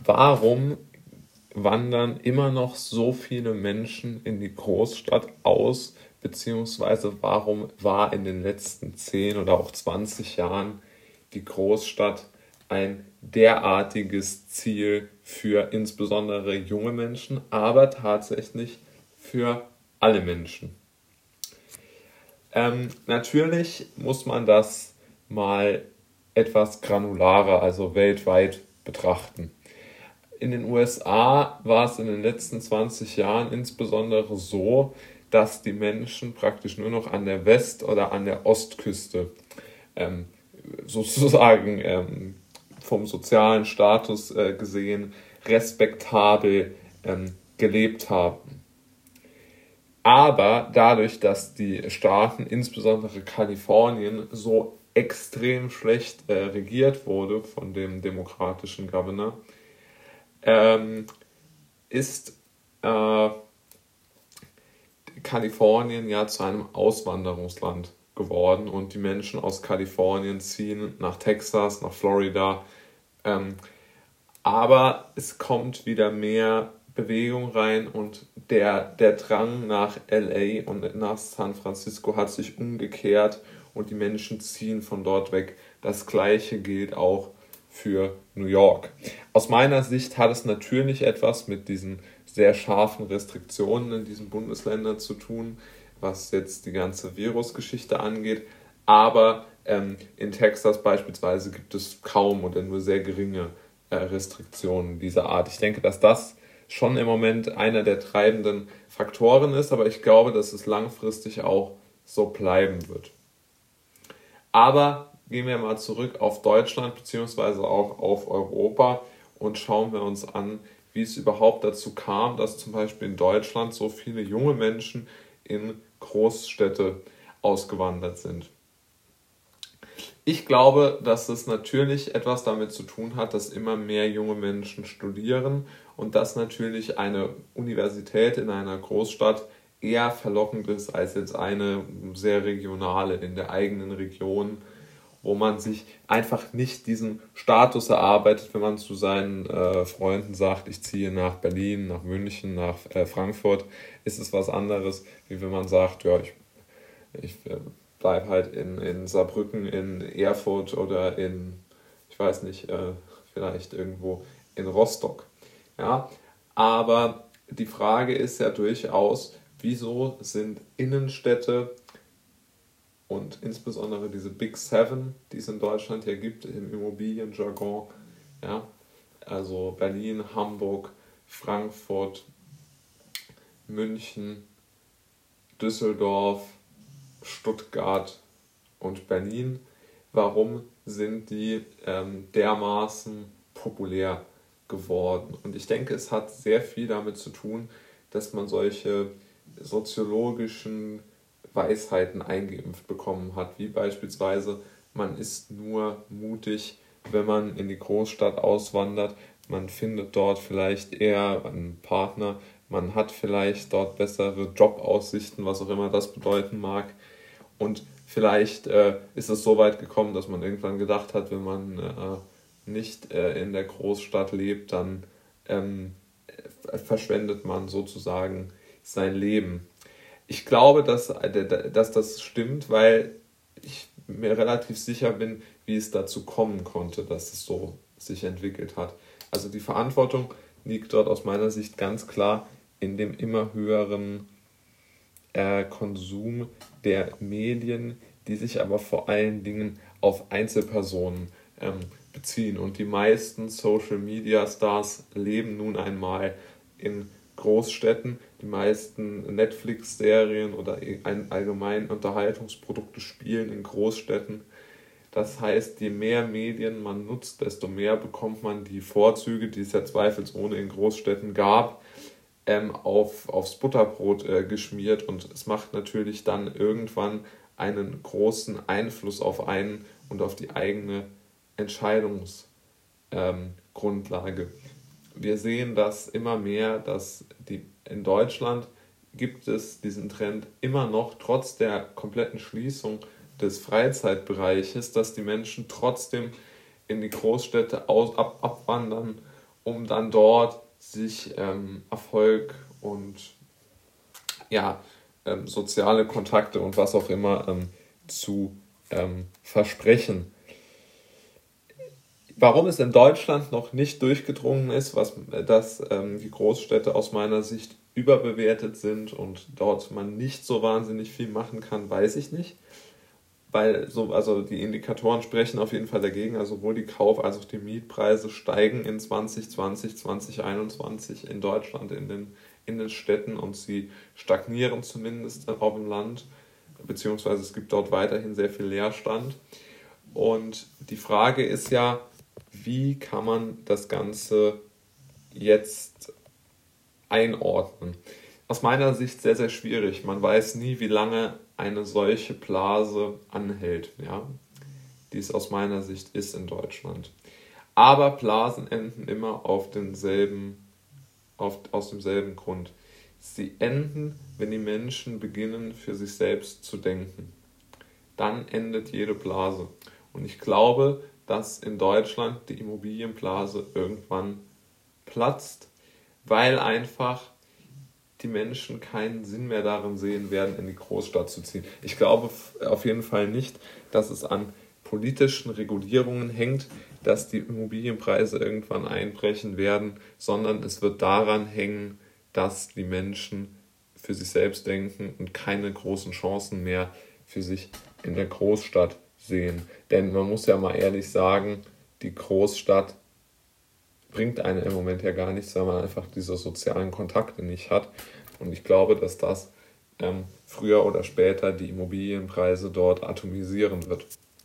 warum wandern immer noch so viele Menschen in die Großstadt aus, beziehungsweise warum war in den letzten 10 oder auch 20 Jahren die Großstadt ein derartiges Ziel für insbesondere junge Menschen, aber tatsächlich für alle Menschen. Natürlich muss man das mal etwas granularer, also weltweit betrachten. In den USA war es in den letzten 20 Jahren insbesondere so, dass die Menschen praktisch nur noch an der West- oder an der Ostküste sozusagen vom sozialen Status gesehen respektabel gelebt haben. Aber dadurch, dass die Staaten, insbesondere Kalifornien, so extrem schlecht regiert wurde von dem demokratischen Governor, ist Kalifornien ja zu einem Auswanderungsland geworden und die Menschen aus Kalifornien ziehen nach Texas, nach Florida. Aber es kommt wieder mehr Bewegung rein und der Drang nach LA und nach San Francisco hat sich umgekehrt und die Menschen ziehen von dort weg. Das Gleiche gilt auch für New York. Aus meiner Sicht hat es natürlich etwas mit diesen sehr scharfen Restriktionen in diesen Bundesländern zu tun, was jetzt die ganze Virusgeschichte angeht. Aber in Texas beispielsweise gibt es kaum oder nur sehr geringe Restriktionen dieser Art. Ich denke, dass das schon im Moment einer der treibenden Faktoren ist, aber ich glaube, dass es langfristig auch so bleiben wird. Aber gehen wir mal zurück auf Deutschland bzw. auch auf Europa und schauen wir uns an, wie es überhaupt dazu kam, dass zum Beispiel in Deutschland so viele junge Menschen in Großstädte ausgewandert sind. Ich glaube, dass es natürlich etwas damit zu tun hat, dass immer mehr junge Menschen studieren und dass natürlich eine Universität in einer Großstadt eher verlockend ist als jetzt eine sehr regionale in der eigenen Region, wo man sich einfach nicht diesen Status erarbeitet, wenn man zu seinen Freunden sagt, ich ziehe nach Berlin, nach München, nach Frankfurt, ist es was anderes, wie wenn man sagt, ja, ich bleibe halt in Saarbrücken, in Erfurt oder ich weiß nicht, vielleicht irgendwo in Rostock. Ja? Aber die Frage ist ja durchaus, wieso sind Innenstädte und insbesondere diese Big Seven, die es in Deutschland ja gibt, im Immobilienjargon, ja, also Berlin, Hamburg, Frankfurt, München, Düsseldorf, Stuttgart und Berlin, warum sind die dermaßen populär geworden? Und ich denke, es hat sehr viel damit zu tun, dass man solche soziologischen Weisheiten eingeimpft bekommen hat, wie beispielsweise, man ist nur mutig, wenn man in die Großstadt auswandert, man findet dort vielleicht eher einen Partner, man hat vielleicht dort bessere Jobaussichten, was auch immer das bedeuten mag. Und vielleicht ist es so weit gekommen, dass man irgendwann gedacht hat, wenn man nicht in der Großstadt lebt, dann verschwendet man sozusagen sein Leben. Ich glaube, dass das stimmt, weil ich mir relativ sicher bin, wie es dazu kommen konnte, dass es so sich entwickelt hat. Also die Verantwortung liegt dort aus meiner Sicht ganz klar in dem immer höheren Konsum der Medien, die sich aber vor allen Dingen auf Einzelpersonen beziehen. Und die meisten Social-Media-Stars leben nun einmal in Großstädten. Die meisten Netflix-Serien oder allgemein Unterhaltungsprodukte spielen in Großstädten. Das heißt, je mehr Medien man nutzt, desto mehr bekommt man die Vorzüge, die es ja zweifelsohne in Großstädten gab, aufs Butterbrot geschmiert, und es macht natürlich dann irgendwann einen großen Einfluss auf einen und auf die eigene Entscheidungsgrundlage. Wir sehen das immer mehr, dass in Deutschland gibt es diesen Trend immer noch, trotz der kompletten Schließung des Freizeitbereiches, dass die Menschen trotzdem in die Großstädte abwandern um dann dort sich Erfolg und soziale Kontakte und was auch immer zu versprechen. Warum es in Deutschland noch nicht durchgedrungen ist, dass die Großstädte aus meiner Sicht überbewertet sind und dort man nicht so wahnsinnig viel machen kann, weiß ich nicht. Weil also die Indikatoren sprechen auf jeden Fall dagegen, also sowohl die Kauf- als auch die Mietpreise steigen in 2020, 2021 in Deutschland in den Städten und sie stagnieren zumindest auf dem Land, beziehungsweise es gibt dort weiterhin sehr viel Leerstand. Und die Frage ist ja, wie kann man das Ganze jetzt einordnen? Aus meiner Sicht sehr, sehr schwierig. Man weiß nie, wie lange eine solche Blase anhält, ja, die es aus meiner Sicht ist in Deutschland. Aber Blasen enden immer aus demselben Grund. Sie enden, wenn die Menschen beginnen, für sich selbst zu denken. Dann endet jede Blase. Und ich glaube, dass in Deutschland die Immobilienblase irgendwann platzt, weil einfach die Menschen keinen Sinn mehr darin sehen werden, in die Großstadt zu ziehen. Ich glaube auf jeden Fall nicht, dass es an politischen Regulierungen hängt, dass die Immobilienpreise irgendwann einbrechen werden, sondern es wird daran hängen, dass die Menschen für sich selbst denken und keine großen Chancen mehr für sich in der Großstadt sehen. Denn man muss ja mal ehrlich sagen, die Großstadt bringt einem im Moment ja gar nichts, weil man einfach diese sozialen Kontakte nicht hat. Und ich glaube, dass das früher oder später die Immobilienpreise dort atomisieren wird.